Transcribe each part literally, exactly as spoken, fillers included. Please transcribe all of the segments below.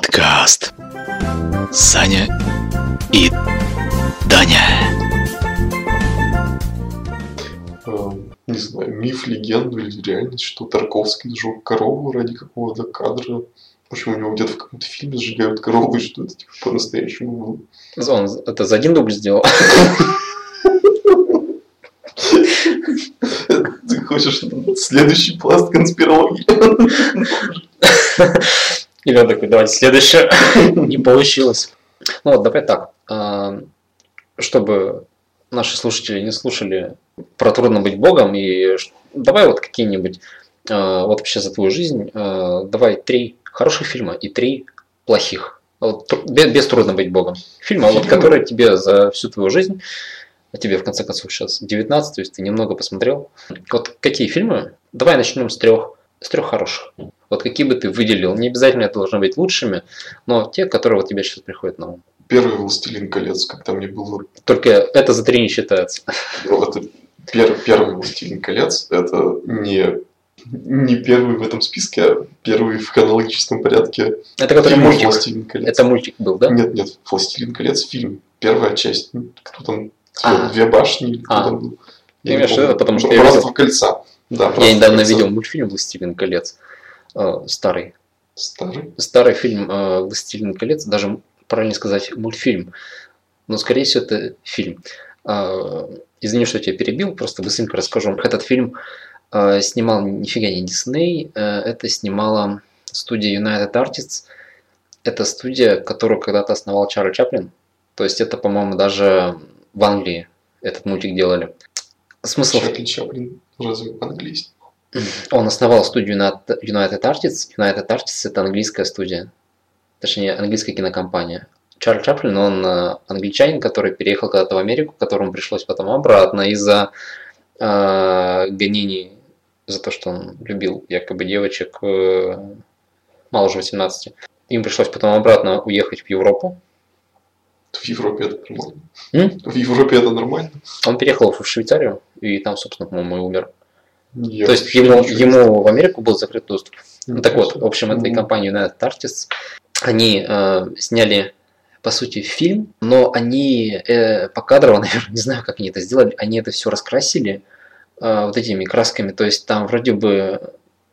Подкаст. Саня и Даня. Не знаю, миф, легенду или реальность, что Тарковский сжег корову ради какого-то кадра. В общем, у него где-то в каком-то фильме сжигают корову, и что это типа по-настоящему было. Он это за один дубль сделал? Ты хочешь следующий пласт конспирологии? Или он такой, давайте следующее. Не получилось. Ну вот, давай так. Чтобы наши слушатели не слушали про трудно быть богом, и давай вот какие-нибудь, вот вообще за твою жизнь, давай три хороших фильма и три плохих. Вот, без, без трудно быть богом. Фильмы, вот, которые тебе за всю твою жизнь, а тебе в конце концов сейчас девятнадцать, то есть ты немного посмотрел. Вот какие фильмы? Давай начнем с трех, с трех хороших. Вот какие бы ты выделил? Не обязательно это должны быть лучшими, но те, которые вот тебе сейчас приходят на ум. Первый «Властелин колец», когда мне было... Только это за три не считается. Ну, это пер, первый «Властелин колец», это не, не первый в этом списке, а первый в хронологическом порядке. Это который мультик. «Властелин колец». Это мультик был, да? Нет, нет, «Властелин колец» фильм. Первая часть. Кто там? А. Две башни? Кто А. там был? Я имею в виду, потому что «Братство я видел... кольца». Да, я недавно кольца. видел мультфильм «Властелин колец». Э, старый. Старый? Старый фильм э, «Властелин колец», даже правильно сказать мультфильм, но скорее всего это фильм. Э, извини, что я тебя перебил, просто быстренько расскажу. Этот фильм э, снимал нифига не Дисней, э, это снимала студия United Artists. Это студия, которую когда-то основал Чарли Чаплин. То есть это, по-моему, даже в Англии этот мультик делали. Смысл... Чарли Чаплин разве по-английски? Он основал студию United Artists. United Artists – это английская студия. Точнее, английская кинокомпания. Чарли Чаплин, он англичанин, который переехал когда-то в Америку, которому пришлось потом обратно из-за э, гонений за то, что он любил якобы девочек э, моложе восемнадцати. Им пришлось потом обратно уехать в Европу. В Европе это нормально. М? В Европе это нормально. Он переехал в Швейцарию и там, собственно, по-моему, и умер. Я То есть ему, ему в Америку был закрыт доступ. Ну, так вот, в общем, этой компании United Artists, они э, сняли, по сути, фильм, но они э, покадрово, наверное, не знаю, как они это сделали, они это все раскрасили э, вот этими красками. То есть там вроде бы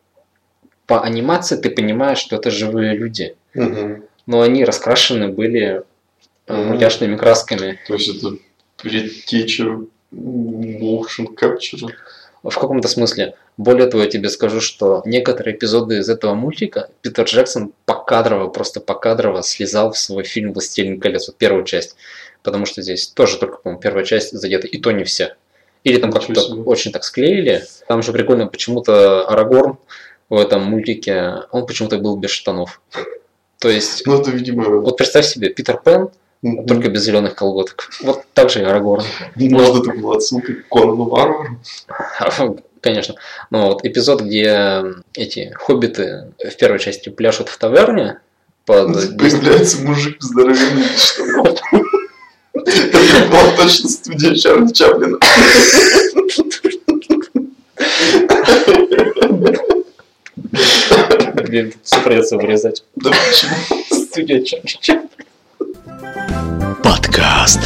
по анимации ты понимаешь, что это живые люди, Угу. но они раскрашены были э, Мгм. мультяшными красками. То есть это предтеча motion capture. В каком-то смысле. Более того, я тебе скажу, что некоторые эпизоды из этого мультика Питер Джексон покадрово, просто покадрово слезал в свой фильм «Властелин колец», вот первую часть. Потому что здесь тоже только, по-моему, первая часть задета, и то не все. Или там как-то очень так склеили. Там же прикольно, почему-то Арагорн в этом мультике, он почему-то был без штанов. То есть, Ну, это, видимо... вот представь себе, Питер Пен, Мгм. только без зеленых колготок. Вот так же и Арагорн. Может, это была отсылка к Конану Варвару? Конечно. Но вот эпизод, где эти хоббиты в первой части пляшут в таверне под... Появляется мужик здоровенный без штанов. Это была точно студия Чарли Чаплина. Блин, все придется вырезать. Да почему? Студия Чарли Чаплин. Подкаст.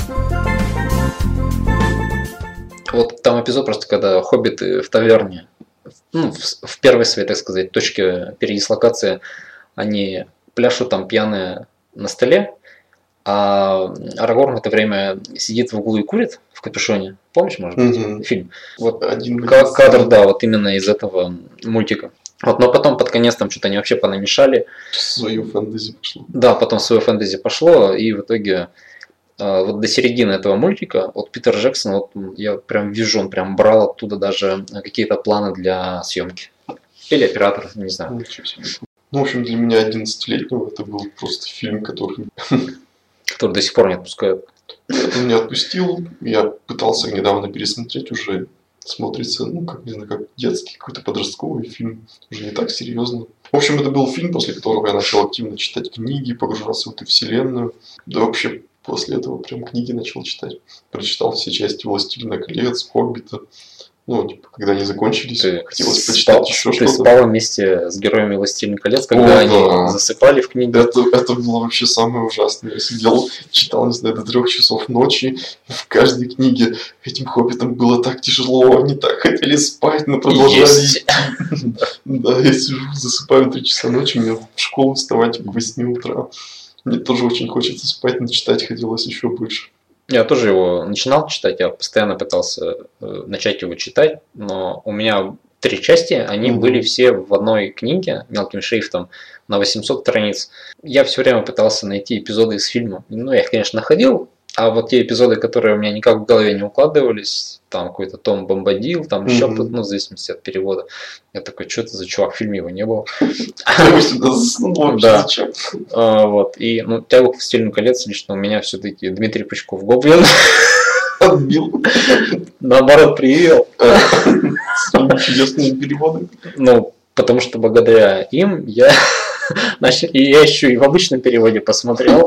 Вот там эпизод просто, когда хоббиты в таверне, ну, в, в первой своей, так сказать, точке передислокации, они пляшут там пьяные на столе, а Арагорн в это время сидит в углу и курит в капюшоне. Помнишь, может быть, Мгм. фильм? Вот Один К- кадр, да, вот именно из этого мультика. Вот, но потом под конец там что-то они вообще понамешали. свою фэнтези пошло. Да, потом свое фэнтези пошло, и в итоге э, вот до середины этого мультика, вот Питер Джексон, вот м, я прям вижу, он прям брал оттуда даже какие-то планы для съемки. Или оператор, не знаю. Ничего себе. Ну, в общем, для меня одиннадцатилетнего это был просто фильм, который Который до сих пор не отпускают. он не отпустил. Я пытался недавно пересмотреть уже. Смотрится, ну, как, не знаю, как детский какой-то подростковый фильм. Уже не так серьезно. В общем, это был фильм, после которого я начал активно читать книги, погружаться в эту вселенную. Да вообще, после этого прям книги начал читать. Прочитал все части «Властелина колец», «Хоббита». Ну, типа, когда они закончились, Ты хотелось спал, почитать еще ты что-то. спал вместе с героями «Властелина колец», когда О, они да. засыпали в книге. Это, это было вообще самое ужасное. Я сидел, читал, не знаю, до трех часов ночи. И в каждой книге этим хоббитам было так тяжело, они так хотели спать, но продолжали Есть. идти. Да, я сижу, засыпаю в три часа ночи, мне в школу вставать в восемь утра. Мне тоже очень хочется спать, но читать хотелось еще больше. Я тоже его начинал читать, я постоянно пытался э, начать его читать, но у меня три части, они Мгм. были все в одной книге мелким шрифтом на восемьсот страниц. Я все время пытался найти эпизоды из фильма. Ну, я их, конечно, находил, а вот те эпизоды, которые у меня никак в голове не укладывались, там какой-то Том Бомбадил, там еще Мгм. кто-то, ну, в зависимости от перевода. Я такой, что это за чувак, в фильме его не было. Я всегда заснул, вообще Да. зачем? А, вот. И, ну, тягу к «Властелину колец» лично у меня все-таки Дмитрий Пучков Гоблин, Отбил. наоборот, привел. Своими чудесными переводами. Ну, потому что благодаря им я начал, и я еще и в обычном переводе посмотрел.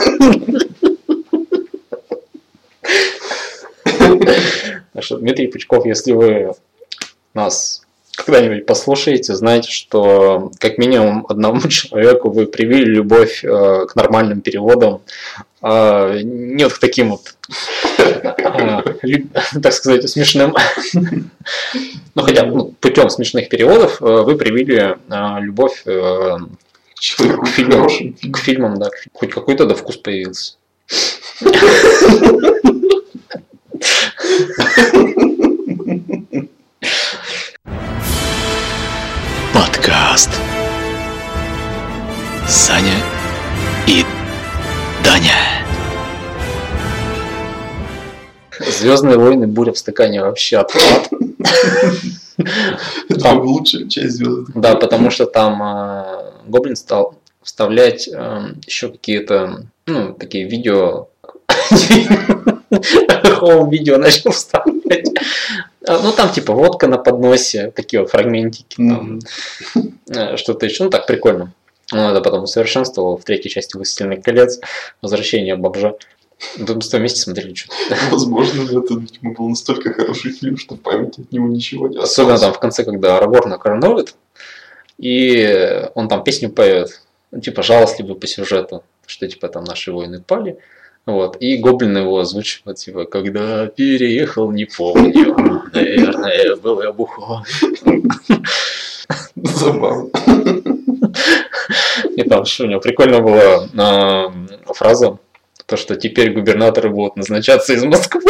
Так что, Дмитрий Пучков, если вы нас когда-нибудь послушаете, знайте, что как минимум одному человеку вы привили любовь э, к нормальным переводам, э, не вот к таким вот, э, лю- так сказать, смешным. Ну, хотя ну, путем смешных переводов э, вы привили э, любовь э, Человеку к фильмам, хороший. к фильмам, да, хоть какой-то да вкус появился. Подкаст. Саня и Даня. Звездные войны, буря в стакане вообще отпад. Это Там- лучшая часть звезд. Да, потому что там э, Гоблин стал вставлять э, еще какие-то, ну, такие видео, хоум-видео начал вставлять. А, Ну, там типа водка на подносе, такие вот фрагментики, там, э, что-то еще, ну, так прикольно. Он это потом усовершенствовал в третьей части «Властелина колец», «Возвращение бомжа». Тут с тобой вместе смотрели что-то. Возможно, это, видимо, был настолько хороший фильм, что в памяти от него ничего не осталось. Особенно там в конце, когда Арагорна короновит, и он там песню поет, ну, типа жалостливый по сюжету, что типа там наши воины пали. Вот. И гоблин его озвучивает, типа, когда переехал, не помню. Наверное, был я бухой. Забавно. И там что у него прикольно была а, фраза, то, что теперь губернаторы будут назначаться из Москвы.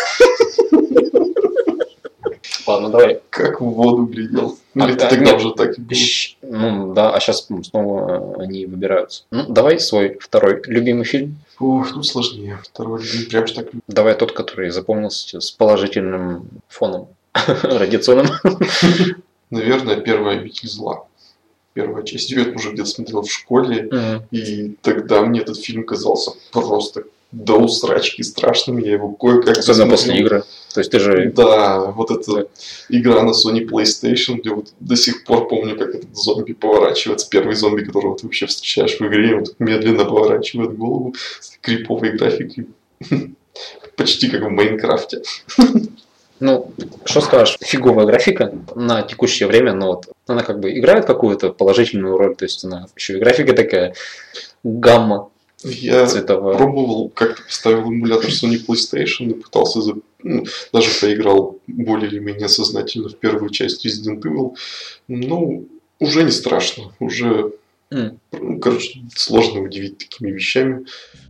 Ладно, давай. Как в воду глядел. Ну, А, или да, тогда нет. уже так и было. Щ- Ну да, а сейчас снова они выбираются. Ну, давай свой второй любимый фильм. Ох, ну сложнее. Второй любимый, прям ж так. Давай тот, который запомнился с положительным фоном радиационным. Наверное, первая «Обитель зла». Первая часть. Я это уже где-то смотрел в школе. Мгм. И тогда мне этот фильм казался просто до усрачки страшным. Я его кое-как Особенно досмотрел. после игры. То есть ты же... Да, вот эта игра на Sony PlayStation, где вот до сих пор помню, как этот зомби поворачивается. Первый зомби, которого ты вообще встречаешь в игре, он так медленно поворачивает голову с криповой графикой. Почти как в Майнкрафте. Ну, что скажешь, фиговая графика на текущее время, но вот она как бы играет какую-то положительную роль, то есть она еще и графика такая гамма Я цветовая. пробовал, как-то поставил эмулятор Sony PlayStation и пытался, за- ну, даже поиграл более или менее сознательно в первую часть Resident Evil. Ну, уже не страшно, уже, М. ну, короче, сложно удивить такими вещами.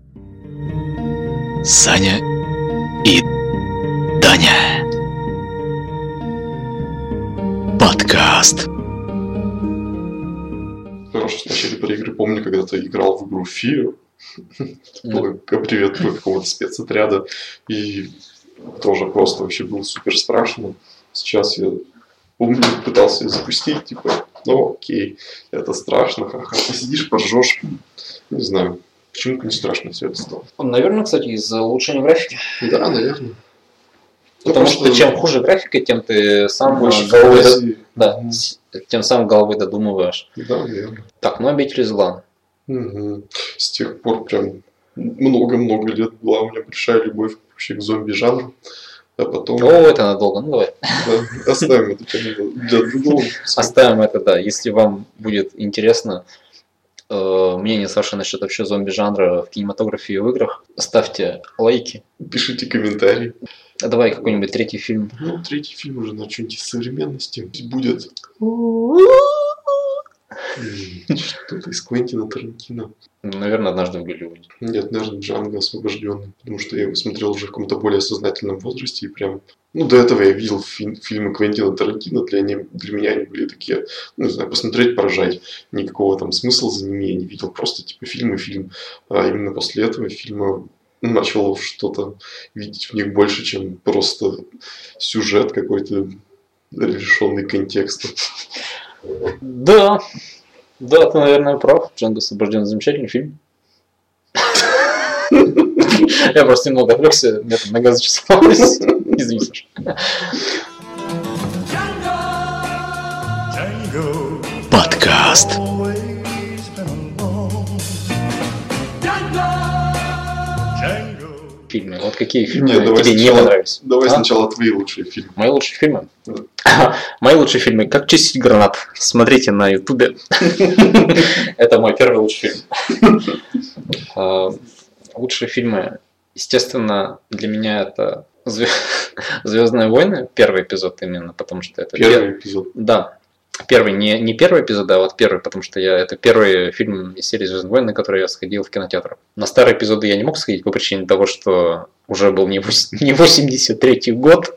Саня и Даня. Подкаст. Хорошо, в начале про игры помню, когда ты играл в игру Fear. Ну, Было аббревиатура какого-то спецотряда. И тоже просто вообще было супер страшно. Сейчас я помню, пытался ее запустить, типа, ну окей, это страшно, ха-ха. Посидишь, поржешь. Не знаю, почему-то не страшно все это стало. Наверное, кстати, из-за улучшения графики. Да, наверное. Потому что чем хуже графика, тем ты сам больше головой, до- фантазии. да, Мгм. с- тем самым головой додумываешь. Да, наверное. Так, ну «Обитель зла». Мгм. С тех пор прям много-много лет была у меня большая любовь вообще к зомби-жанру. а потом... О, это надолго, ну давай. Да, оставим эту тему для другого выпуска. Оставим это, да. Если вам будет интересно э, мнение Саши насчет вообще зомби-жанра в кинематографе и в играх, ставьте лайки. Пишите комментарии. А давай какой-нибудь третий фильм. Ну, третий фильм уже на что-нибудь из современности. Будет что-то из Квентина Тарантино. Наверное, однажды в Голливуде. Нет, наверное, Джанго освобожденный. Потому что я его смотрел уже в каком-то более сознательном возрасте. И прям... Ну, до этого я видел фи- фильмы Квентина Тарантино. Для, не... для меня они были такие, ну, не знаю, посмотреть, поражать. Никакого там смысла за ними я не видел. Просто, типа, фильм и фильм. А именно после этого фильма начал что-то видеть в них больше, чем просто сюжет какой-то, лишенный контекста. Да. Да, ты, наверное, прав. Джанго освобожден, замечательный фильм. Я просто немного отвлекся, у меня там нога зачесалась. Извини, Саша. Подкаст. Фильмы. Вот какие фильмы Нет, давай тебе не сначала- понравились? Давай А? сначала твои лучшие фильмы. Мои лучшие фильмы? Да. Мои лучшие фильмы. Как чистить гранат. Смотрите на ютубе. Это мой первый лучший фильм. А, Лучшие фильмы, естественно, для меня это Звездные войны. Первый эпизод именно, потому что это... Первый эпизод. Да. Первый, не, не первый эпизод, а вот первый, потому что я, это первый фильм из серии «Звездные войны», на который я сходил в кинотеатр. На старые эпизоды я не мог сходить по причине того, что уже был не восемьдесят третий год.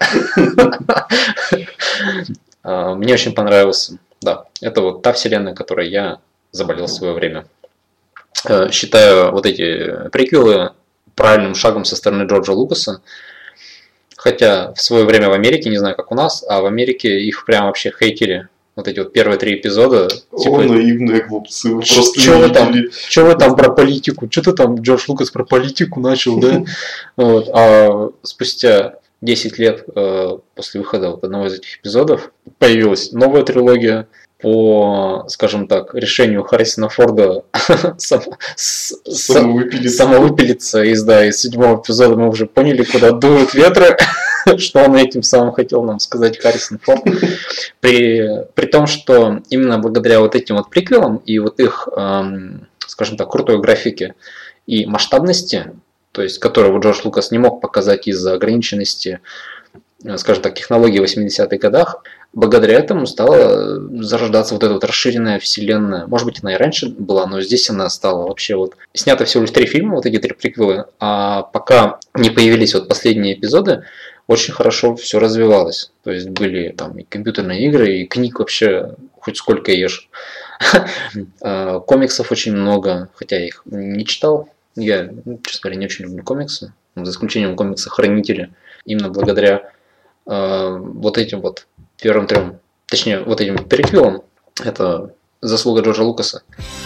Мне очень понравился. Да, это вот та вселенная, которой я заболел в свое время. Считаю вот эти приквелы правильным шагом со стороны Джорджа Лукаса. Хотя в свое время в Америке, не знаю как у нас, а в Америке их прям вообще хейтили. Вот эти вот первые три эпизода. О, наивные глупцы, вы просто Чё не вы там? видели. Что вы там про политику? Что ты там, Джордж Лукас, про политику начал, да? Вот. А спустя десять лет э, после выхода вот одного из этих эпизодов появилась новая трилогия по, скажем так, решению Харрисона Форда сам- с- с- Самовыпилиться. самовыпилиться из, да, из седьмого эпизода. Мы уже поняли, куда дуют ветры, что он этим самым хотел нам сказать, Харрисон Форд. При, при том, что именно благодаря вот этим вот приквелам и вот их, эм, скажем так, крутой графике и масштабности, то есть которого Джордж Лукас не мог показать из-за ограниченности, э, скажем так, технологий в восьмидесятых годах, благодаря этому стала зарождаться вот эта вот расширенная вселенная. Может быть, она и раньше была, но здесь она стала вообще вот... Снято всего лишь три фильма, вот эти три приквелы, а пока не появились вот последние эпизоды, очень хорошо все развивалось. То есть были там и компьютерные игры, и книг вообще хоть сколько ешь. Комиксов очень много, хотя я их не читал. Я, ну, честно говоря, не очень люблю комиксы, за исключением комикса «Хранители». Именно благодаря э, вот этим вот первым трем, точнее, вот этим приквелам, это заслуга Джорджа Лукаса.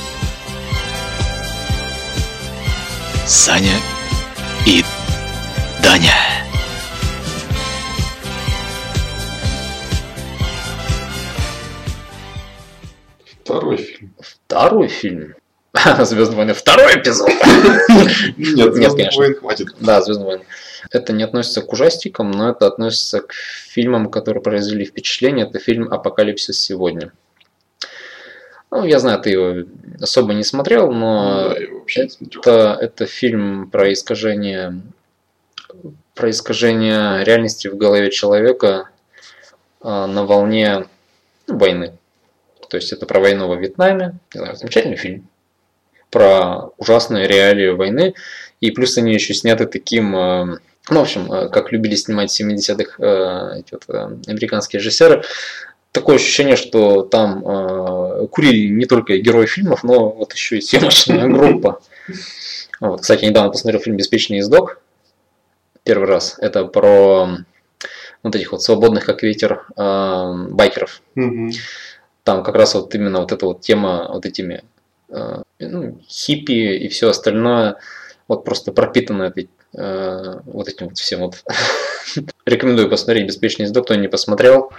Саня и Даня. Второй фильм. Второй фильм. Звездные войны. Второй эпизод. Нет, Нет, Звездных конечно. войн хватит. Да, Звездные войны. Это не относится к ужастикам, но это относится к фильмам, которые произвели впечатление. Это фильм «Апокалипсис сегодня». Ну, я знаю, ты его особо не смотрел, но Да, я его вообще не смотрел. это, это фильм про искажение, про искажение реальности в голове человека а, на волне ну, войны. То есть это про войну во Вьетнаме. Не знаю, замечательный фильм. Про ужасные реалии войны. И плюс они еще сняты таким, э, ну, в общем, э, как любили снимать в семидесятых э, эти вот, э, американские режиссеры. Такое ощущение, что там э, курили не только герои фильмов, но вот еще и съемочная группа. Вот, кстати, недавно посмотрел фильм «Беспечный ездок». Первый раз. Это про вот этих вот свободных, как ветер, э, байкеров. Мгм. Там как раз вот именно вот эта вот тема вот этими э, ну, хиппи и все остальное вот просто пропитано этой, э, вот этим вот всем вот. Рекомендую посмотреть «Беспечный ездок», кто не посмотрел.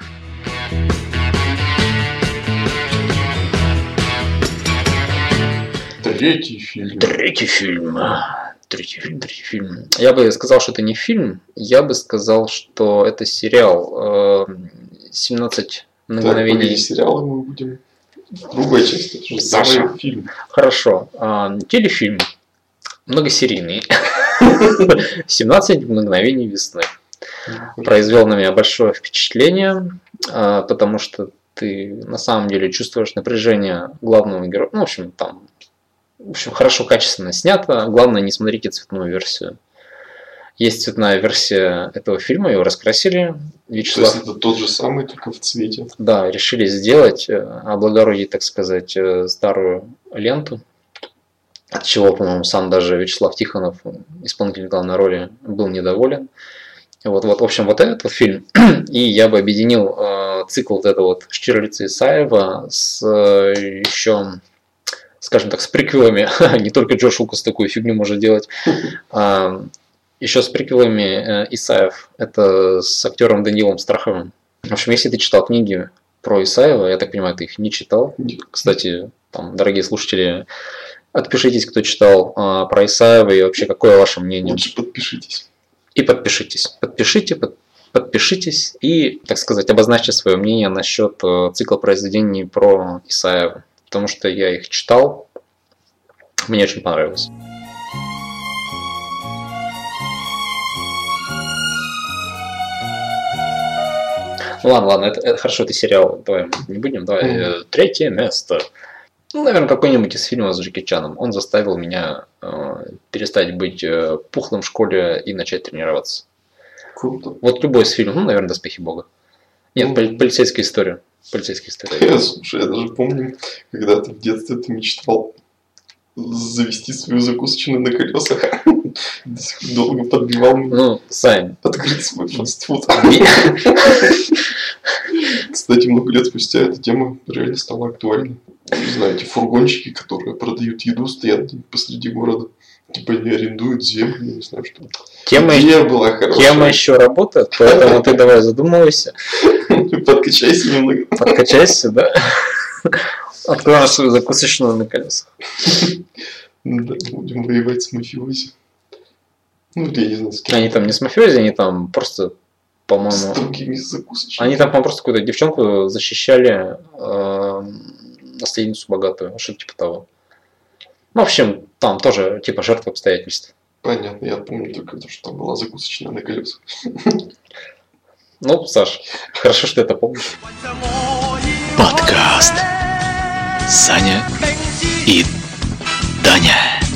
Третий фильм. Третий фильм. Третий фильм, третий фильм. Я бы сказал, что это не фильм, я бы сказал, что это сериал семнадцать мгновений. Так, сериалы мы будем. Другая часть, это же самый фильм. Хорошо. А, телефильм. Многосерийный. семнадцать мгновений весны. Произвел на меня большое впечатление, потому что ты на самом деле чувствуешь напряжение главного героя. Ну, в общем, там в общем, хорошо, качественно снято. Главное, не смотрите цветную версию. Есть цветная версия этого фильма, его раскрасили. Вячеслав... То есть это тот же самый, только в цвете. Да, решили сделать, облагородить, так сказать, старую ленту. От чего, по-моему, сам даже Вячеслав Тихонов, исполнитель главной роли, был недоволен. Вот, вот, в общем, вот этот вот фильм. И я бы объединил э, цикл вот этого вот Штирлица и Исаева с э, еще, скажем так, с приквелами. Не только Джордж Лукас такую фигню может делать. А, еще с приквелами э, Исаев. Это с актером Данилом Страховым. В общем, если ты читал книги про Исаева, я так понимаю, ты их не читал. Кстати, там, дорогие слушатели, отпишитесь, кто читал э, про Исаева и вообще какое ваше мнение. Лучше подпишитесь. И подпишитесь. Подпишите, под, подпишитесь и, так сказать, обозначьте свое мнение насчет э, цикла произведений про Исаева. Потому что я их читал. Мне очень понравилось. Ну ладно, ладно, это, это хорошо, это сериал. Давай не будем. Давай. Mm-hmm. Третье место. Ну, наверное, какой-нибудь из фильмов с Джеки Чаном. Он заставил меня э, перестать быть э, пухлым в школе и начать тренироваться. Круто. Вот любой из фильмов, ну, наверное, «Доспехи Бога». Нет, mm-hmm. полицейская история. Полицейская история. Я, слушай, я даже помню, когда ты в детстве ты мечтал завести свою закусочную на колесах. Долго подбивал меня. Ну, Сань. Открыть свой фастфуд. Кстати, много лет спустя эта тема реально стала актуальной. Не знаю, эти фургончики, которые продают еду, стоят посреди города. Типа не арендуют землю, я не знаю, что. Тема, Идея была хорошая. Тема еще работает, поэтому ты давай задумывайся. Подкачайся немного. Подкачайся, да. Откроем свою закусочную на колесах. Да, будем воевать с мафиози. Ну, я не знаю, с кем. Они там не с мафиози, они там просто, по-моему... С другими закусочными. Они там, по-моему, просто какую-то девчонку защищали, э, наследницу богатую, что-то типа того. Ну, в общем, там тоже типа жертва обстоятельств. Понятно, я помню только то, что там была закусочная на колесах. Ну, Саш, хорошо, что ты это помнишь. Подкаст. Саня и Даня.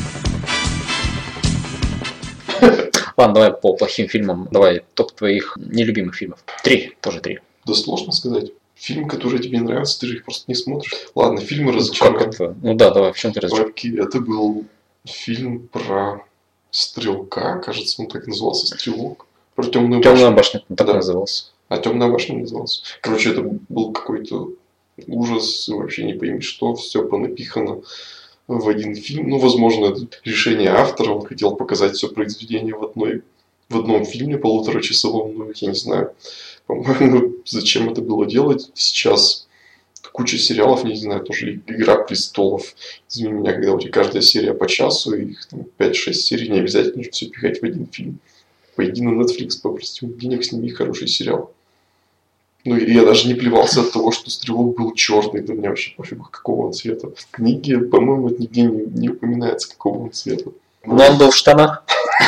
Ладно, давай по плохим фильмам. Давай топ твоих нелюбимых фильмов. Три, тоже три. Да сложно сказать. Фильм, который тебе не нравится, ты же их просто не смотришь. Ладно, фильмы Как разочарованы. это? Ну да, давай, в чем ты разочарован? Это был фильм про стрелка, кажется, он так назывался, «Стрелок». Про темную Темная башню. башня, так Да. назывался. А «Темная башня» назывался. Короче, это был какой-то ужас, вообще не пойми что, все понапихано в один фильм. Ну, возможно, это решение автора, он хотел показать все произведение в одной, в одном фильме полуторачасовом, но я не знаю, по-моему, зачем это было делать. Сейчас куча сериалов, не знаю, тоже «Игра престолов». Извини меня, когда у тебя каждая серия по часу, и их там пять-шесть серий, не обязательно все пихать в один фильм. Пойди на Netflix, попроси денег, сними хороший сериал. Ну, и я даже не плевался от того, что стрелок был черный, да мне вообще пофигу, какого он цвета. В книге, по-моему, это нигде не, не упоминается, какого он цвета. Но он был в штанах.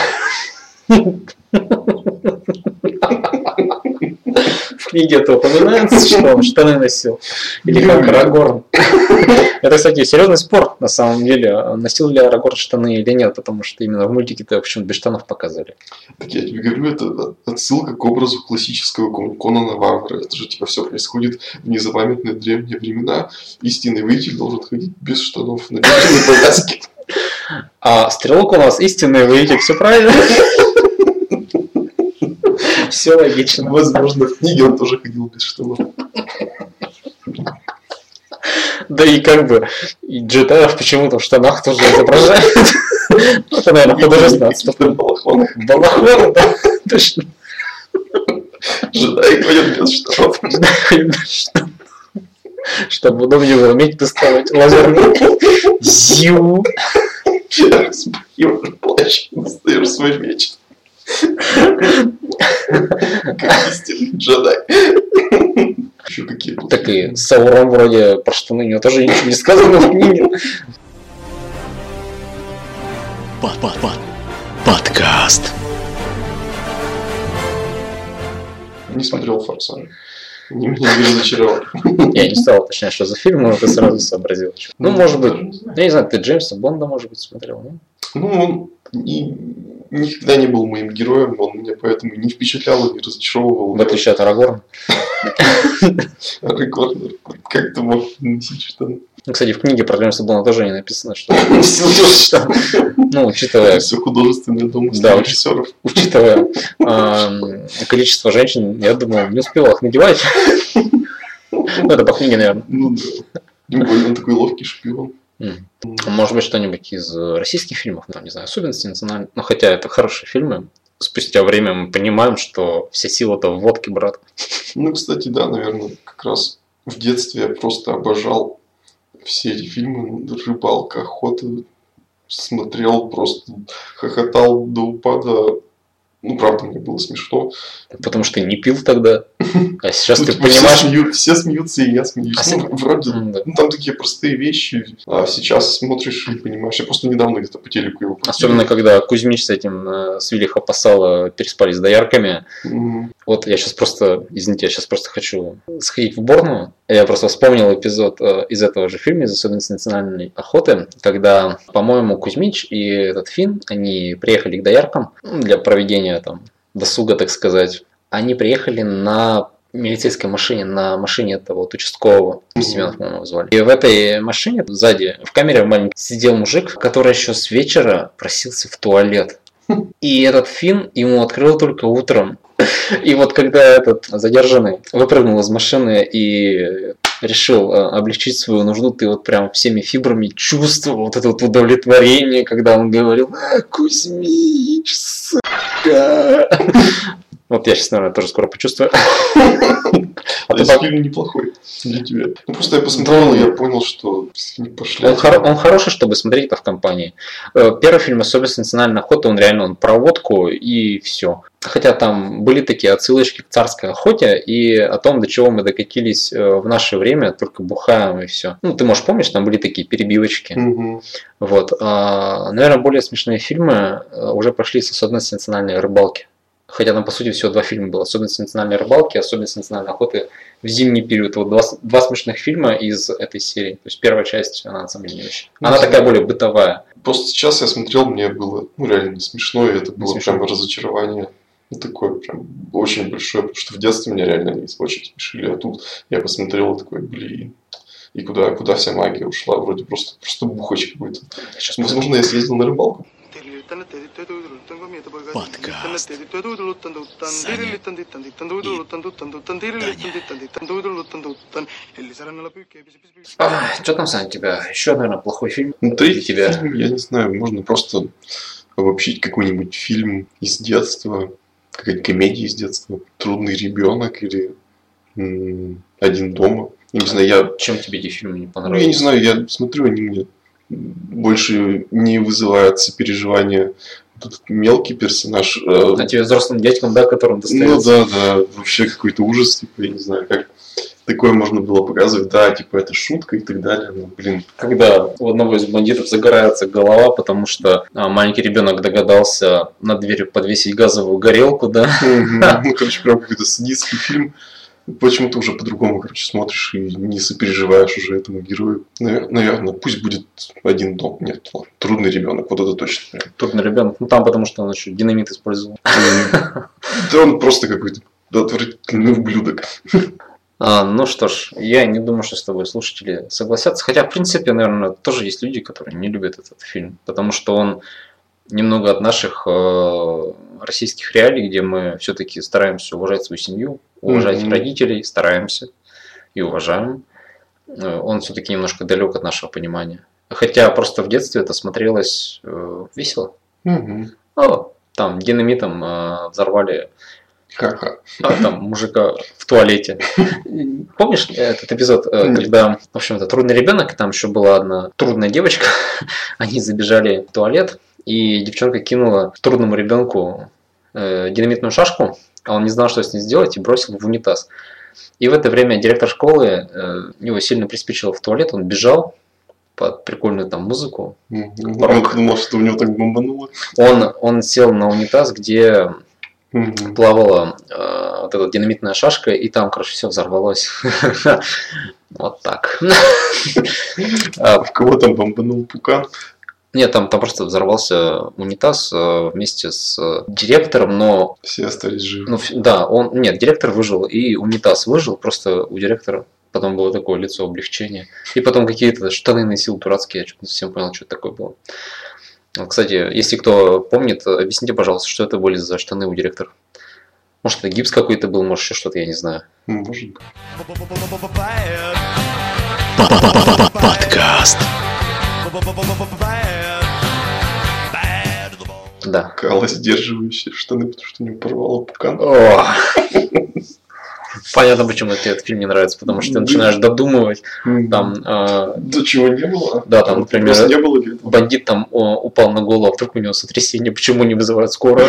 В книге это упоминается, что он штаны носил. Или как Арагорн. Это, кстати, серьезный спор, на самом деле. Носил ли Арагорн штаны или нет, потому что именно в мультике-то, в общем, без штанов показали. Так я тебе говорю, это отсылка к образу классического Конана Варвара. Это же типа все происходит в незапамятные древние времена. Истинный воитель должен ходить без штанов, на бешеной повязке. А стрелок у нас истинный воитель, все правильно? Все логично. Возможно, в книге он тоже ходил без штанов. Да и как бы и джедаев почему-то в штанах тоже изображают. Это, наверное, художественное отступление. Балахонах. Балахон, да, точно. Джедай ходят без штанов. Джедай ходят без штанов. Чтобы удобнее было уметь доставать лазерный. Зю. достаешь плащ, достаешь свой меч. Как истинный джедай. Еще какие тут. Так и Саурон вроде про штаны, у него тоже ничего не сказано в книге. Под-под-под. Подкаст. Не смотрел «Форсаж». Не меня не разочаровал. Я не стал уточнять, что за фильм, но ты сразу сообразил. Ну, может быть, я не знаю, ты Джеймса Бонда, может быть, смотрел, нет? Ну, он и никогда не был моим героем, он меня поэтому не впечатлял и не разочаровывал. В отличие от Арагорна. Арагорн, как ты мог носить штаны? Ну, кстати, в книге про Джеймса Бонда тоже не написано, что... Ну, учитывая... Все художественное домыслы Да, режиссеров. Учитывая количество женщин, я думал, не успел их надевать. Ну, это по книге, наверное. Ну да. Тем более он такой ловкий шпион. Может быть, что-нибудь из российских фильмов, ну, не знаю, особенности национальные. Ну, хотя это хорошие фильмы. Спустя время мы понимаем, что вся сила-то в водке, брат. Ну, кстати, да, наверное, как раз в детстве я просто обожал все эти фильмы. Рыбалка, охота. Смотрел, просто хохотал до упада. Ну, правда, мне было смешно. Потому что ты не пил тогда. А сейчас ты Все, понимаешь... смеют, все смеются, и я смеюсь. А Ну, вроде, М, да. ну, там такие простые вещи. А сейчас смотришь и понимаешь. Я просто недавно где-то по телеку его посмотрел. Особенно, когда Кузьмич с этим, э, с Вилли Хапасала переспали с доярками. Мгм. Вот я сейчас просто, извините, я сейчас просто хочу сходить в уборную. Я просто вспомнил эпизод э, из этого же фильма, из «Особенностей национальной охоты», когда, по-моему, Кузьмич и этот Финн, они приехали к дояркам ну, для проведения там досуга, так сказать. Они приехали на милицейской машине, на машине этого вот участкового, Семенов, по-моему, звали. И в этой машине сзади, в камере маленькой, сидел мужик, который еще с вечера просился в туалет. И этот Финн ему открыл только утром. И вот когда этот задержанный выпрыгнул из машины и решил э, облегчить свою нужду, ты вот прям всеми фибрами чувствовал вот это вот удовлетворение, когда он говорил: «А, Кузьмич, сука!» Вот я сейчас, наверное, тоже скоро почувствую. А ты ты пок- фильм неплохой для тебя. Ну, просто я посмотрел, и я понял, что с ним пошли. Он, хоро- он хороший, чтобы смотреть это в компании. Э, Первый фильм «Особенность национальной охоты», он реально он про водку и все. Хотя там были такие отсылочки к царской охоте и о том, до чего мы докатились э, в наше время, только бухаем и все. Ну, ты, можешь, помнишь, там были такие перебивочки. Мгм. Вот. А, наверное, более смешные фильмы э, уже прошли с «Особенности национальной рыбалки». Хотя там, по сути, всего два фильма было. «Особенности национальной рыбалки», «Особенности национальной охоты» в зимний период. Вот два, с- два смешных фильма из этой серии. То есть первая часть, она на самом деле не очень. Ну, Она да. такая более бытовая. Просто сейчас я смотрел, мне было ну, реально не смешно, и это было смешно. прям разочарование. Ну, такое прям очень большое, потому что в детстве меня реально они очень смешили, а тут я посмотрел и такой, блин, и куда, куда вся магия ушла, вроде просто, просто бухач какой-то. Сейчас Возможно, я съездил на рыбалку. Подкаст. Что там, Саня, у тебя? Еще, наверное, плохой фильм Ну, для третий тебя. фильм, я не знаю, можно просто обобщить какой-нибудь фильм из детства, какая-нибудь комедия из детства, «Трудный ребенок» или м, «Один дома». Я не знаю, я Чем тебе эти фильмы не Ну, понравились? я не знаю, я смотрю, они мне больше не вызывают сопереживания. Вот этот мелкий персонаж. э, А тебе взрослым дядькам, да, которым ну достается? да, да, вообще какой-то ужас, типа, я не знаю, как такое можно было показывать, да, типа, это шутка и так далее, но, блин. Когда у одного из бандитов загорается голова, потому что а, маленький ребенок догадался над дверью подвесить газовую горелку, да? Ну, короче, прям какой-то садистский фильм. Почему-то уже по-другому, короче, смотришь и не сопереживаешь уже этому герою. Навер- Наверное, пусть будет «Один дом». Нет, ладно, «Трудный ребенок», вот это точно. прям. Трудный ребенок. Ну там потому что он еще динамит использовал. Да он просто какой-то отвратительный ублюдок. А, ну что ж, я не думаю, что с тобой слушатели согласятся. Хотя, в принципе, наверное, тоже есть люди, которые не любят этот фильм. Потому что он немного от наших э, российских реалий, где мы все-таки стараемся уважать свою семью, уважать Мгм. родителей, стараемся и уважаем. Э, Он все-таки немножко далек от нашего понимания. Хотя просто в детстве это смотрелось э, весело. Мгм. О, там динамитом э, взорвали Ха-ха. а, там мужика в туалете. Помнишь этот эпизод, э, Нет. когда, в общем-то, трудный ребенок, там еще была одна трудная девочка, они забежали в туалет, и девчонка кинула трудному ребенку э, динамитную шашку, а он не знал, что с ней сделать, и бросил в унитаз. И в это время директор школы, э, его сильно приспичило в туалет, он бежал под прикольную там музыку. Mm-hmm. Он думал, что у него так бомбануло. Он, он сел на унитаз, где mm-hmm. плавала э, вот эта динамитная шашка, и там, короче, все взорвалось. Вот так. В кого там бомбанул пукан? Нет, там, там просто взорвался унитаз э, вместе с директором, но... Все остались живы. Ну, да, он... Нет, директор выжил, и унитаз выжил, просто у директора потом было такое лицо облегчения. И потом какие-то штаны носил дурацкие, я что-то не совсем понял, что это такое было. Вот, кстати, если кто помнит, объясните, пожалуйста, что это были за штаны у директора. Может, это гипс какой-то был, может, еще что-то, я не знаю. Может быть. Подкаст. Да. Кала сдерживающие штаны, потому что не порвало пукан. Понятно, почему тебе этот фильм не нравится, потому что ты начинаешь додумывать. Там, э, да чего не было? Да, там, например, не было ли этого? Бандит там о, упал на голову, а вдруг у него сотрясение, почему не вызывают скорую?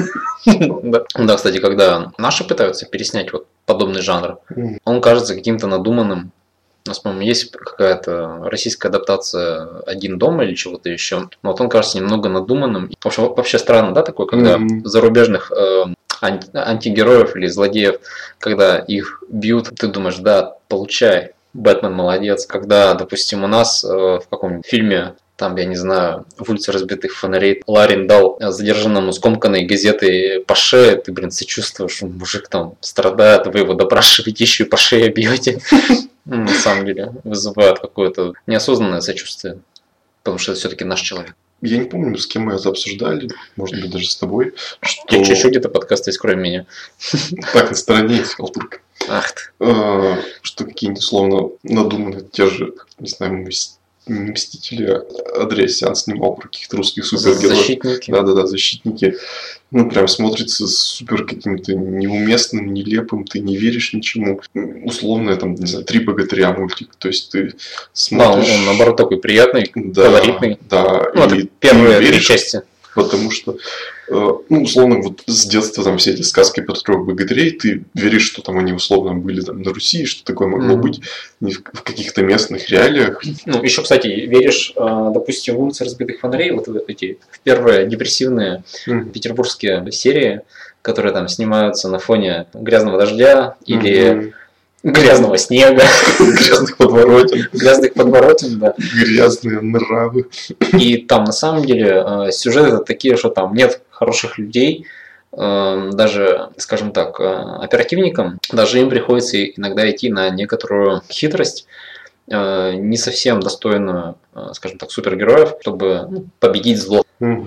Да, кстати, когда наши пытаются переснять вот подобный жанр, он кажется каким-то надуманным. У нас, по-моему, есть какая-то российская адаптация «Один дома» или чего-то еще. Но вот он кажется немного надуманным. В общем, вообще странно, да, такое, когда mm-hmm. зарубежных э, анти- антигероев или злодеев, когда их бьют, ты думаешь, да, получай, Бэтмен молодец. Когда, допустим, у нас э, в каком-нибудь фильме, там, я не знаю, в улице разбитых фонарей, Ларин дал задержанному скомканной газетой по шее, ты, блин, сочувствуешь, что мужик там страдает, вы его допрашиваете, еще и по шее бьете. На самом деле вызывает какое-то неосознанное сочувствие, потому что это все-таки наш человек. Я не помню, с кем мы это обсуждали, может быть, даже с тобой. Что... Еще где-то подкаст есть, кроме меня. Так, на стороне есть халтурка. Ах ты. Что какие-нибудь, условно, надуманные, те же, не знаю, Мстители, Андреасян снимал про каких-то русских супергероев. Защитники. Да-да-да, защитники. Ну, прям смотрится супер каким-то неуместным, нелепым, ты не веришь ничему. Условно, там, не знаю, «Три богатыря» мультик. То есть ты смотришь... Да, он, он наоборот такой приятный, да, колоритный. Да, ну, и это первые три части. Потому что, ну, условно, вот с детства там все эти сказки про трех богатырей, ты веришь, что там они условно были там на Руси, что такое могло mm-hmm. быть не в, в каких-то местных реалиях. Ну, еще, кстати, веришь, допустим, в «Улице разбитых фонарей», вот эти первые депрессивные mm-hmm. петербургские серии, которые там снимаются на фоне грязного дождя или... Mm-hmm. Грязного снега. Грязных подворотен. Грязных подворотен, да. Грязные нравы. И там на самом деле сюжеты такие, что там нет хороших людей. Даже, скажем так, оперативникам, даже им приходится иногда идти на некоторую хитрость, не совсем достойную, скажем так, супергероев, чтобы ну, победить зло. Mm.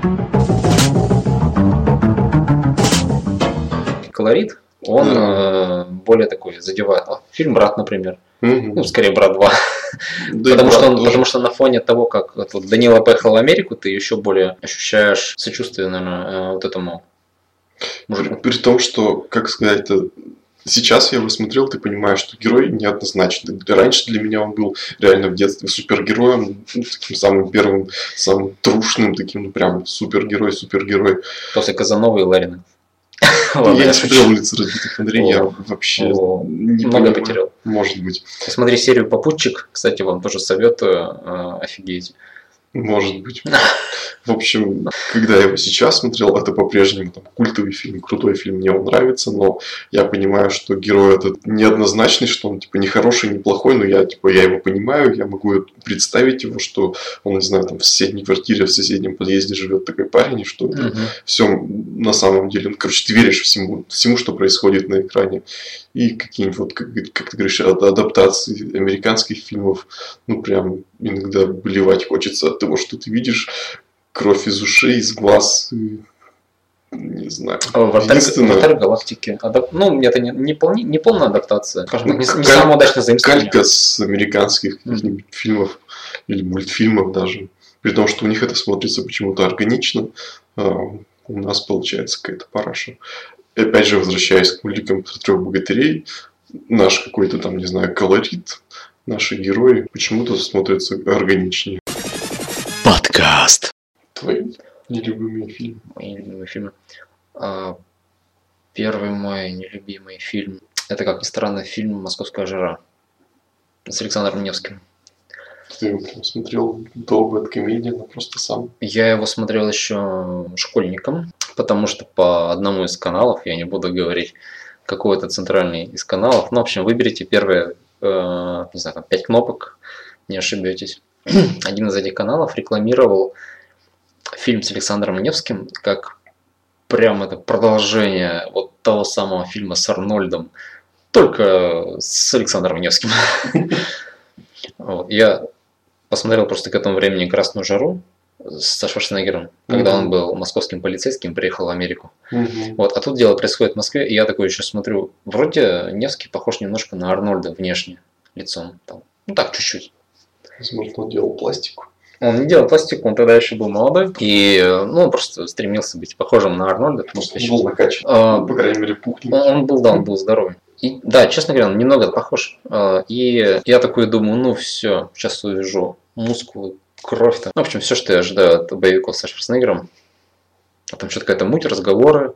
Колорит. Он mm. э, более такой задевает. Фильм «Брат», например. Mm-hmm. Ну, скорее, «Брат два». Да потому, что он, потому что на фоне того, как вот, Данила поехал в Америку, ты еще более ощущаешь сочувствие, наверное, вот этому мужику. При, при том, что, как сказать, сейчас я его смотрел, ты понимаешь, что герой неоднозначный. Раньше для меня он был реально в детстве супергероем, ну, таким самым первым, самым трушным, таким, ну, прям супергерой, супергерой. После Казановы и Ларина. Я не смотрел «Улицу разбитых фонарей», я вообще не много потерял. Может быть. Посмотри серию «Попутчик», кстати, вам тоже советую, офигеть. Может быть. В общем, когда я его сейчас смотрел, это по-прежнему там, культовый фильм, крутой фильм, мне он нравится, но я понимаю, что герой этот неоднозначный, что он типа не хороший, не плохой, но я типа я его понимаю, я могу представить его, что он, не знаю, там в соседней квартире, в соседнем подъезде живет такой парень, и что это uh-huh. все на самом деле, ну, короче, ты веришь всему, всему, что происходит на экране. И какие-нибудь, вот, как, как ты говоришь, адаптации американских фильмов, ну, прям иногда блевать хочется от того, что ты видишь кровь из ушей, из глаз, и, не знаю. «Вратарь галактики». Адап... Ну, это не, не, полни... не полная адаптация, скажем так, не, не самое удачное заимствование. Калька с американских каких-нибудь mm. фильмов или мультфильмов даже. При том, что у них это смотрится почему-то органично, а у нас получается какая-то параша. И опять же, возвращаясь к мультикам про трех богатырей, наш какой-то там, не знаю, колорит, наши герои почему-то смотрятся органичнее. Подкаст. Твои нелюбимые фильмы? Мои любимые фильмы. А, Первый мой нелюбимый фильм. Это, как ни странно, фильм «Московская жара» с Александром Невским. Ты его прям смотрел до Бэдкомедиана, просто сам? Я его смотрел еще школьником, потому что по одному из каналов, я не буду говорить, какой это центральный из каналов, ну, в общем, выберите первые, э, не знаю, там, пять кнопок, не ошибетесь. Один из этих каналов рекламировал фильм с Александром Невским как прям это продолжение вот того самого фильма с Арнольдом, только с Александром Невским. Вот. Я посмотрел просто к этому времени «Красную жару» со Шварценеггером, когда он был московским полицейским, приехал в Америку. Угу. Вот. А тут дело происходит в Москве, и я такой еще смотрю, вроде Невский похож немножко на Арнольда внешне, лицом. Там. Ну так, чуть-чуть. Возможно, он делал пластику. Он не делал пластику, он тогда еще был молодой. И ну, он просто стремился быть похожим на Арнольда. Может, он еще... был накачан, а, ну, по крайней мере, пухнет. Он был, да, он был здоровый. И, да, честно говоря, он немного похож. И я такой думаю, ну все, сейчас увижу мускулы, кровь там. Ну, в общем, все, что я ожидаю от боевиков со Шварценеггером. А там что-то какая-то муть, разговоры.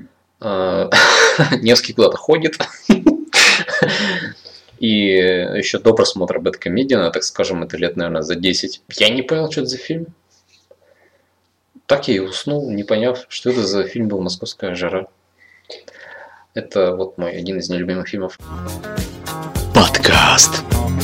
Невский куда-то ходит. И еще до просмотра Бэдкомедиана, так скажем, это лет, наверное, за десять. Я не понял, что это за фильм. Так я и уснул, не поняв, что это за фильм был «Московская жара». Это вот мой один из нелюбимых фильмов. Подкаст.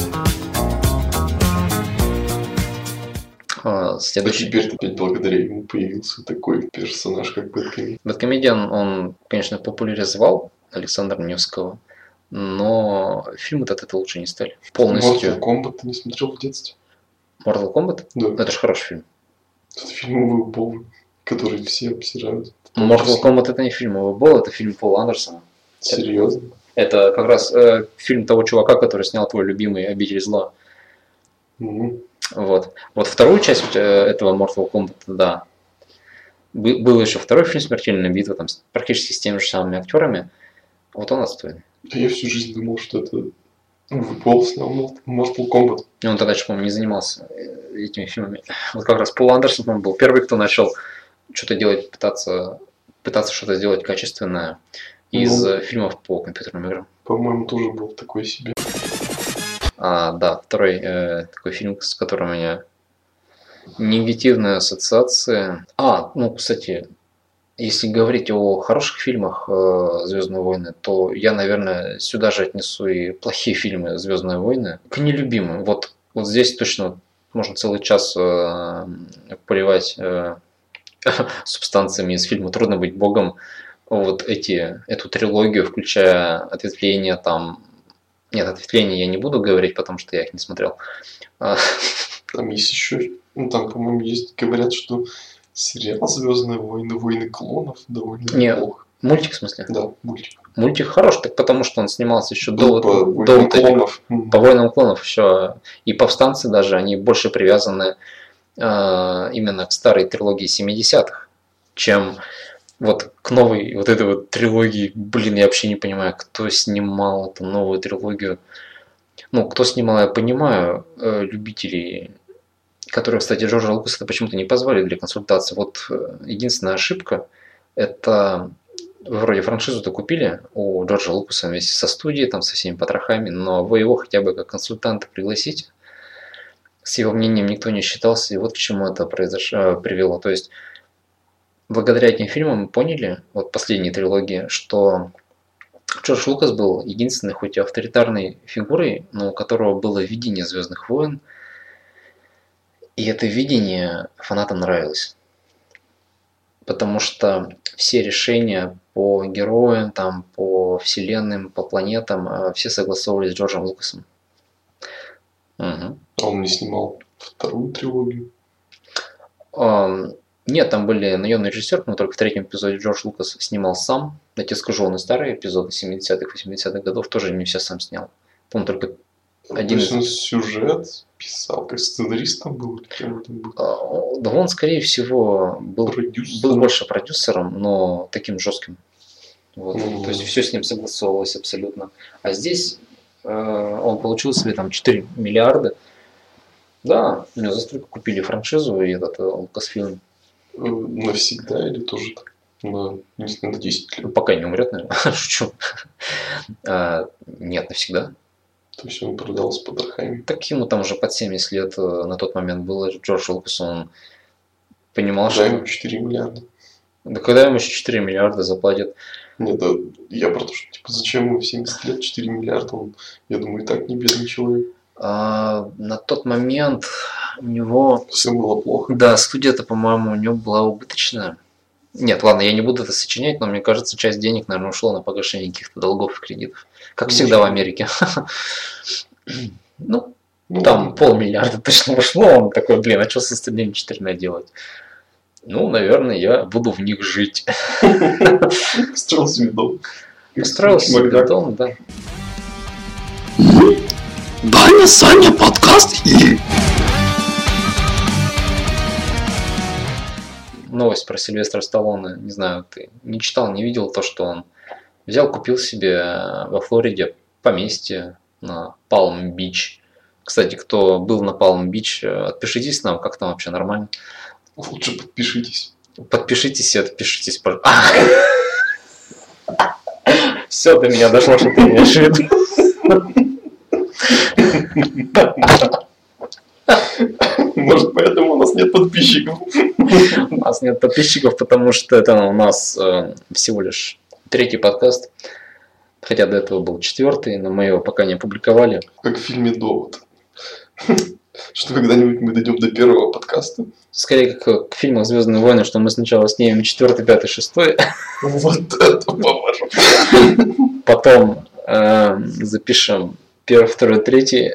А Следующий. теперь опять благодаря ему появился такой персонаж, как Бэдкомедиан. Бэдкомедиан, он, конечно, популяризовал Александра Невского, но фильмы от этого лучше не стали. Полностью. Mortal Kombat ты не смотрел в детстве? Mortal Kombat? Да. Это же хороший фильм. Это фильмовый бол, который все обсирают. Mortal Kombat это не фильмовый бол, это фильм Пола Андерсона. Серьезно? Это как раз э, фильм того чувака, который снял твой любимый «Обитель зла». Угу. Вот. Вот вторую часть э, этого Mortal Kombat, да. Был, был еще второй фильм «Смертельная битва», там с, практически с теми же самыми актерами. Вот он отстойный. Да я всю жизнь думал, что это Пол снял Mortal Kombat. И он тогда, по-моему, не занимался этими фильмами. Вот как раз Пол Андерсон, по-моему, был первый, кто начал что-то делать, пытаться, пытаться что-то сделать качественное из ну, фильмов по компьютерным играм. По-моему, тоже был такой себе. А, да, второй э, такой фильм, с которым у меня негативная ассоциация. А, ну, кстати, если говорить о хороших фильмах э, «Звездные войны», то я, наверное, сюда же отнесу и плохие фильмы «Звездные войны» к нелюбимым. Вот, вот здесь точно можно целый час э, поливать э, субстанциями из фильма «Трудно быть богом». Вот эти, эту трилогию, включая ответвления там... Нет, ответвления я не буду говорить, потому что я их не смотрел. Там есть еще... Ну, там, по-моему, есть... Говорят, что сериал «Звездные войны», «Войны клонов» довольно неплохо. Мультик, в смысле? Да, мультик. Мультик хорош, так потому что он снимался еще до, до, по, до вот клонов. Этих, по «Войнам клонов» еще. И повстанцы даже, они больше привязаны э, именно к старой трилогии семидесятых, чем... Вот к новой вот этой вот трилогии, блин, я вообще не понимаю, кто снимал эту новую трилогию. Ну, кто снимал, я понимаю, э, любителей, которые, кстати, Джорджа Лукаса почему-то не позвали для консультации. Вот э, единственная ошибка, это вы вроде франшизу-то купили у Джорджа Лукаса вместе со студией, там, со всеми потрохами, но вы его хотя бы как консультанта пригласите. С его мнением никто не считался, и вот к чему это произошло, привело. То есть благодаря этим фильмам мы поняли, вот последней трилогии, что Джордж Лукас был единственной, хоть и авторитарной фигурой, но у которого было видение «Звездных войн», и это видение фанатам нравилось. Потому что все решения по героям, там, по вселенным, по планетам, все согласовывались с Джорджем Лукасом. Угу. А он не снимал вторую трилогию? Um, Нет, там были наемные режиссеры, но только в третьем эпизоде Джордж Лукас снимал сам. Я тебе скажу, он и старые эпизоды семидесятых, восьмидесятых годов тоже не все сам снял. Он только один из... он сюжет писал, как сценаристом был или кем это был? А, да он, скорее всего, был, был больше продюсером, но таким жестким. Вот. Mm-hmm. То есть все с ним согласовывалось абсолютно. А здесь э, он получил себе там четыре миллиарда. Да, у него за столько купили франшизу и этот Lucasfilm. Э, Навсегда или тоже так? На, не знаю, на десять лет. Пока не умрет, наверное. Шучу. А, нет, навсегда. То есть он продался под Архайм. Так ему там уже под семьдесят лет э, на тот момент было. Джордж Лукас, он понимал, Да, что... ему четыре миллиарда. Да когда ему еще четыре миллиарда заплатят? Нет, да, я про то, что типа зачем ему в семьдесят лет четыре миллиарда? Он, я думаю, и так не бедный человек. А, на тот момент у него... Все было плохо. Да, студия-то, по-моему, у него была убыточная. Нет, ладно, я не буду это сочинять, но мне кажется, часть денег, наверное, ушло на погашение каких-то долгов и кредитов. Как Ну, всегда в ничего. Америке. Ну, Ну, там ладно. полмиллиарда точно ушло, он такой, блин, а что с остальными четырьмя делать? Ну, наверное, я буду в них жить. Строил себе дом. Устроил себе Макдак. дом, да. Даня, Саня, подкаст и... Новость про Сильвестра Сталлоне, не знаю, ты не читал, не видел то, что он взял, купил себе во Флориде поместье на Палм-Бич. Кстати, кто был на Палм-Бич, отпишитесь нам, как там вообще, нормально. Лучше подпишитесь. Подпишитесь и отпишитесь, пожалуйста. Все, до меня дошло, что ты имеешь в виду. Может, поэтому у нас нет подписчиков. У нас нет подписчиков, потому что это у нас э, всего лишь третий подкаст. Хотя до этого был четвертый, но мы его пока не опубликовали. Как в фильме «Довод». Что когда-нибудь мы дойдем до первого подкаста. Скорее, как к фильму «Звездные войны», что мы сначала снимем четвертый, пятый, шестой, Вот это поворот. потом э, запишем первый, второй, третий,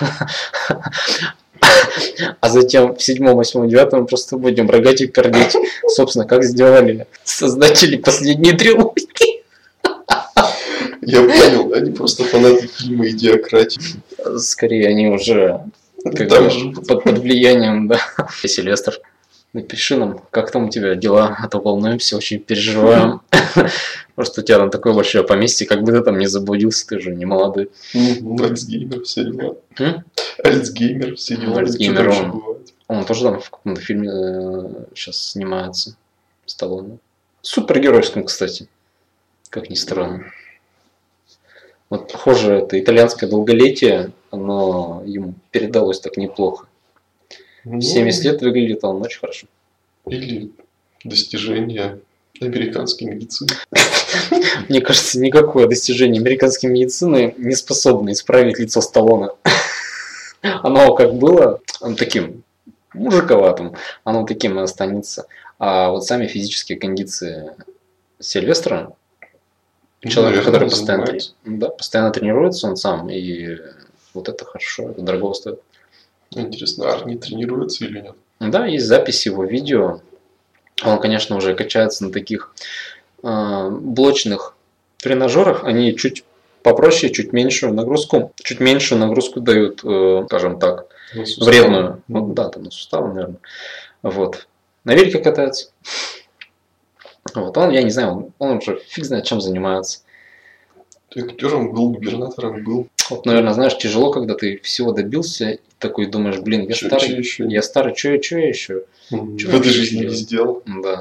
а затем в седьмом, восьмом, девятом просто будем рогать и пердеть. Собственно, как сделали создатели последней трилогии. Я понял, они просто фанаты фильма «Идиократия». Скорее, они уже как Там бы же под, под влиянием, да. Сильвестр, напиши нам, как там у тебя дела, а то волнуемся, очень переживаем. Просто у тебя там такое большое поместье, как бы ты там не заблудился, ты же не молодой. Мгм, Альцгеймер, все дела. М? Альцгеймер, все дела. Альцгеймер, Что там он. еще бывает? Он тоже там в каком-то фильме сейчас снимается. Сталлоне. Супергеройском, кстати. Как ни странно. Вот, похоже, это итальянское долголетие, оно ему передалось так неплохо. Ну, В семьдесят лет выглядит он очень хорошо. Или достижение американской медицины. Мне кажется, никакое достижение американской медицины не способно исправить лицо Сталлоне. Оно как было, он таким мужиковатым, оно таким и останется. А вот сами физические кондиции Сильвестра, человек, Наверное, который постоянно, занимается. да, постоянно тренируется, он сам, и вот это хорошо, это дорого стоит. Интересно, Арни тренируется или нет? Да, есть запись его видео. Он, конечно, уже качается на таких э, блочных тренажерах. Они чуть попроще, чуть меньшую нагрузку. Чуть меньшую нагрузку дают, э, скажем так, На суставы? вредную. Мгм. Вот, да, там на суставы, наверное. Вот. На велике катается. Вот. Он, я не знаю, он, он уже фиг знает, чем занимается. Ты актером был, губернатором был. Вот, наверное, знаешь, тяжело, когда ты всего добился, и такой думаешь, блин, я Чё- старый, чё ещё? я старый, что я, что я еще? М, чё В этой вообще жизни не делать? сделал. Да.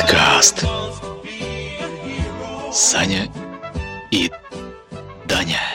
Подкаст. Саня и Даня.